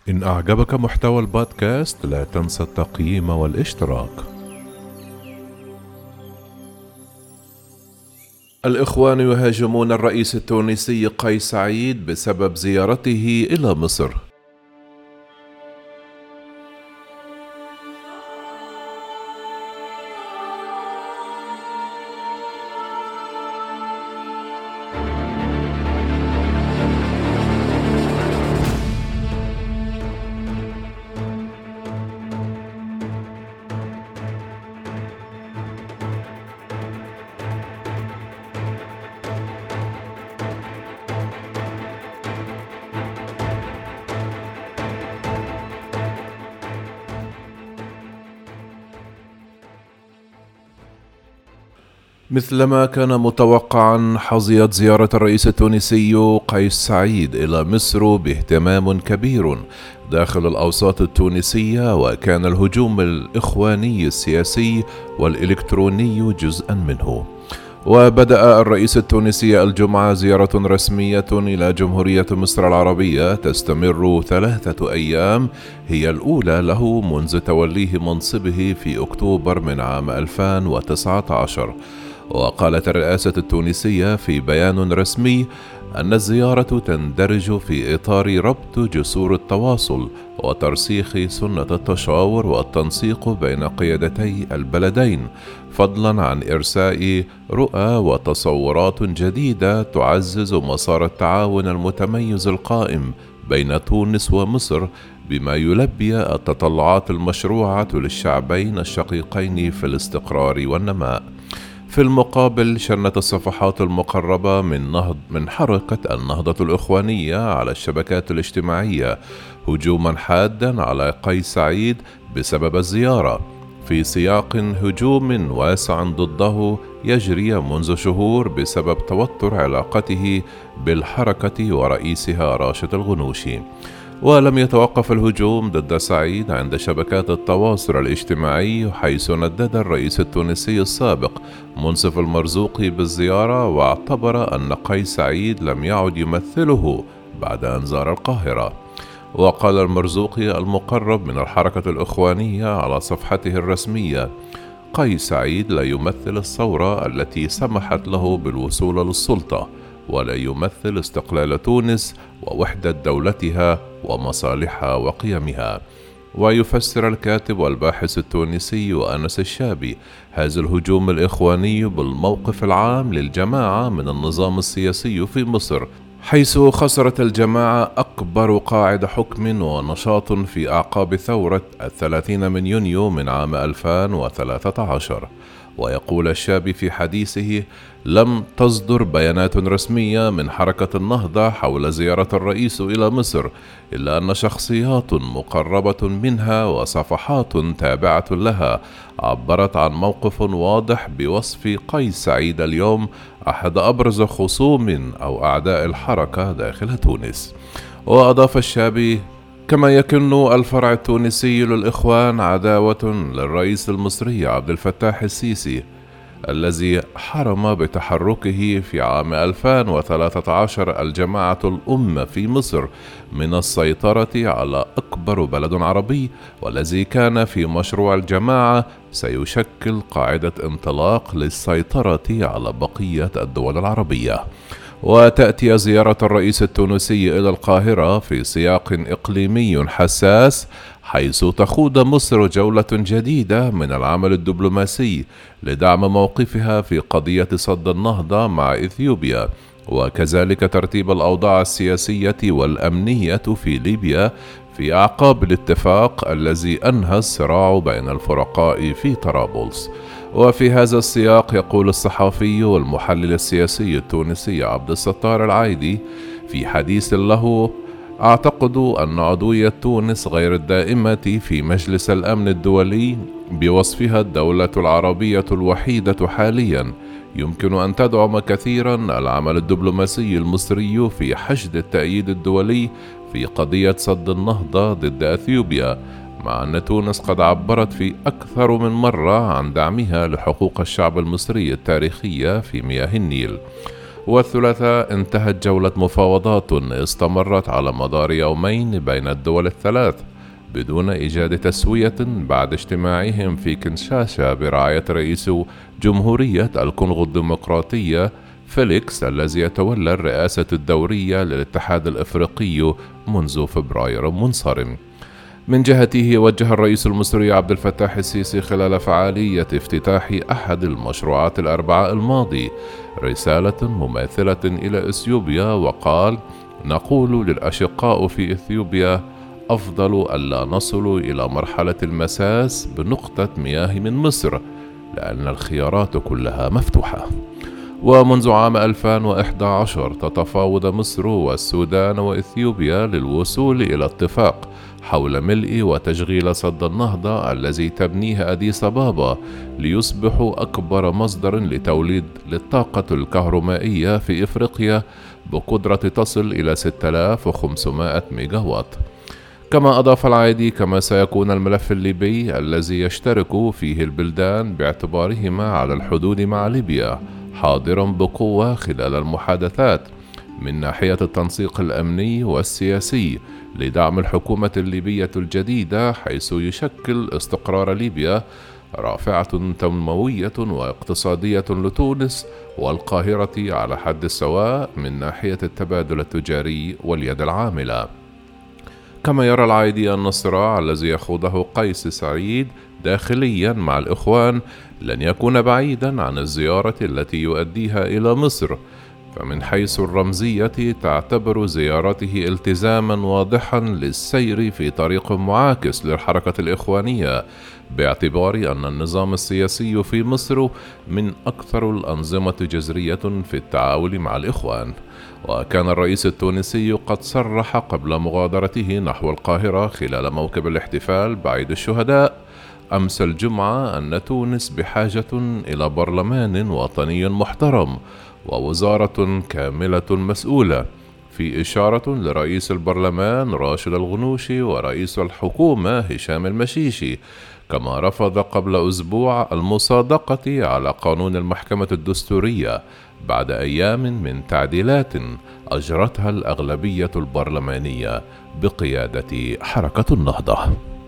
إن أعجبك محتوى البودكاست لا تنسى التقييم والاشتراك. الإخوان يهاجمون الرئيس التونسي قيس سعيد بسبب زيارته إلى مصر. مثلما كان متوقعا، حظيت زيارة الرئيس التونسي قيس سعيد إلى مصر باهتمام كبير داخل الأوساط التونسية، وكان الهجوم الإخواني السياسي والإلكتروني جزءا منه. وبدأ الرئيس التونسي الجمعة زيارة رسمية إلى جمهورية مصر العربية تستمر 3 أيام، هي الأولى له منذ توليه منصبه في أكتوبر من عام 2019. وقالت الرئاسة التونسية في بيان رسمي أن الزيارة تندرج في إطار ربط جسور التواصل وترسيخ سنة التشاور والتنسيق بين قيادتي البلدين، فضلا عن إرساء رؤى وتصورات جديدة تعزز مسار التعاون المتميز القائم بين تونس ومصر، بما يلبي التطلعات المشروعة للشعبين الشقيقين في الاستقرار والنماء. في المقابل، شنت الصفحات المقربة من حركة النهضة الإخوانية على الشبكات الاجتماعية هجوما حادا على قيس سعيد بسبب الزيارة، في سياق هجوم واسع ضده يجري منذ شهور بسبب توتر علاقته بالحركة ورئيسها راشد الغنوشي. ولم يتوقف الهجوم ضد سعيد عند شبكات التواصل الاجتماعي، حيث ندد الرئيس التونسي السابق منصف المرزوقي بالزيارة، واعتبر أن قيس سعيد لم يعد يمثله بعد أن زار القاهرة. وقال المرزوقي المقرب من الحركة الإخوانية على صفحته الرسمية: قيس سعيد لا يمثل الثورة التي سمحت له بالوصول للسلطة، ولا يمثل استقلال تونس ووحدة دولتها ومصالحها وقيمها. ويفسر الكاتب والباحث التونسي أنس الشابي هذا الهجوم الإخواني بالموقف العام للجماعة من النظام السياسي في مصر، حيث خسرت الجماعة أكبر قاعدة حكم ونشاط في أعقاب ثورة 30 من يونيو من عام 2013. ويقول الشابي في حديثه: لم تصدر بيانات رسمية من حركة النهضة حول زيارة الرئيس إلى مصر، إلا أن شخصيات مقربة منها وصفحات تابعة لها عبرت عن موقف واضح بوصف قيس سعيد اليوم أحد أبرز خصوم أو أعداء الحركة داخل تونس. وأضاف الشابي: كما يكن الفرع التونسي للإخوان عداوة للرئيس المصري عبد الفتاح السيسي الذي حرم بتحركه في عام 2013 الجماعة الأم في مصر من السيطرة على أكبر بلد عربي، والذي كان في مشروع الجماعة سيشكل قاعدة انطلاق للسيطرة على بقية الدول العربية. وتأتي زيارة الرئيس التونسي إلى القاهرة في سياق إقليمي حساس، حيث تخوض مصر جولة جديدة من العمل الدبلوماسي لدعم موقفها في قضية سد النهضة مع إثيوبيا، وكذلك ترتيب الأوضاع السياسية والأمنية في ليبيا في أعقاب الاتفاق الذي أنهى الصراع بين الفرقاء في طرابلس. وفي هذا السياق، يقول الصحفي والمحلل السياسي التونسي عبد الستار العايدي في حديث له: أعتقد أن عضوية تونس غير الدائمة في مجلس الأمن الدولي بوصفها الدولة العربية الوحيدة حاليا يمكن أن تدعم كثيرا العمل الدبلوماسي المصري في حشد التأييد الدولي في قضية سد النهضة ضد أثيوبيا، مع أن تونس قد عبرت في أكثر من مرة عن دعمها لحقوق الشعب المصري التاريخية في مياه النيل. والثلاثاء انتهت جولة مفاوضات استمرت على مدار يومين بين الدول الثلاث بدون إيجاد تسوية بعد اجتماعهم في كنشاشا برعاية رئيس جمهورية الكونغو الديمقراطية فيليكس الذي يتولى الرئاسة الدورية للاتحاد الإفريقي منذ فبراير منصرم. من جهته وجه الرئيس المصري عبد الفتاح السيسي خلال فعالية افتتاح أحد المشروعات الأربعاء الماضي رسالة مماثلة إلى إثيوبيا وقال: نقول للأشقاء في إثيوبيا أفضل ألا نصل إلى مرحلة المساس بنقطة مياه من مصر لأن الخيارات كلها مفتوحة. ومنذ عام 2011 تتفاوض مصر والسودان وإثيوبيا للوصول إلى اتفاق حول ملء وتشغيل سد النهضة الذي تبنيه أديس أبابا ليصبح أكبر مصدر لتوليد للطاقة الكهرومائية في إفريقيا بقدرة تصل إلى 6500 ميجاوات. كما أضاف العايدي: كما سيكون الملف الليبي الذي يشترك فيه البلدان باعتبارهما على الحدود مع ليبيا حاضرا بقوة خلال المحادثات من ناحية التنسيق الأمني والسياسي لدعم الحكومة الليبية الجديدة، حيث يشكل استقرار ليبيا رافعة تنموية واقتصادية لتونس والقاهرة على حد السواء من ناحية التبادل التجاري واليد العاملة. كما يرى العايدي أن الصراع الذي يخوضه قيس سعيد داخليا مع الإخوان لن يكون بعيدا عن الزيارة التي يؤديها إلى مصر، فمن حيث الرمزية تعتبر زيارته التزاما واضحا للسير في طريق معاكس للحركة الإخوانية، باعتبار أن النظام السياسي في مصر من أكثر الأنظمة جذرية في التعامل مع الإخوان. وكان الرئيس التونسي قد صرح قبل مغادرته نحو القاهرة خلال موكب الاحتفال بعيد الشهداء أمس الجمعة أن تونس بحاجة إلى برلمان وطني محترم ووزارة كاملة مسؤولة، في إشارة لرئيس البرلمان راشد الغنوشي ورئيس الحكومة هشام المشيشي. كما رفض قبل أسبوع المصادقة على قانون المحكمة الدستورية بعد أيام من تعديلات أجرتها الأغلبية البرلمانية بقيادة حركة النهضة.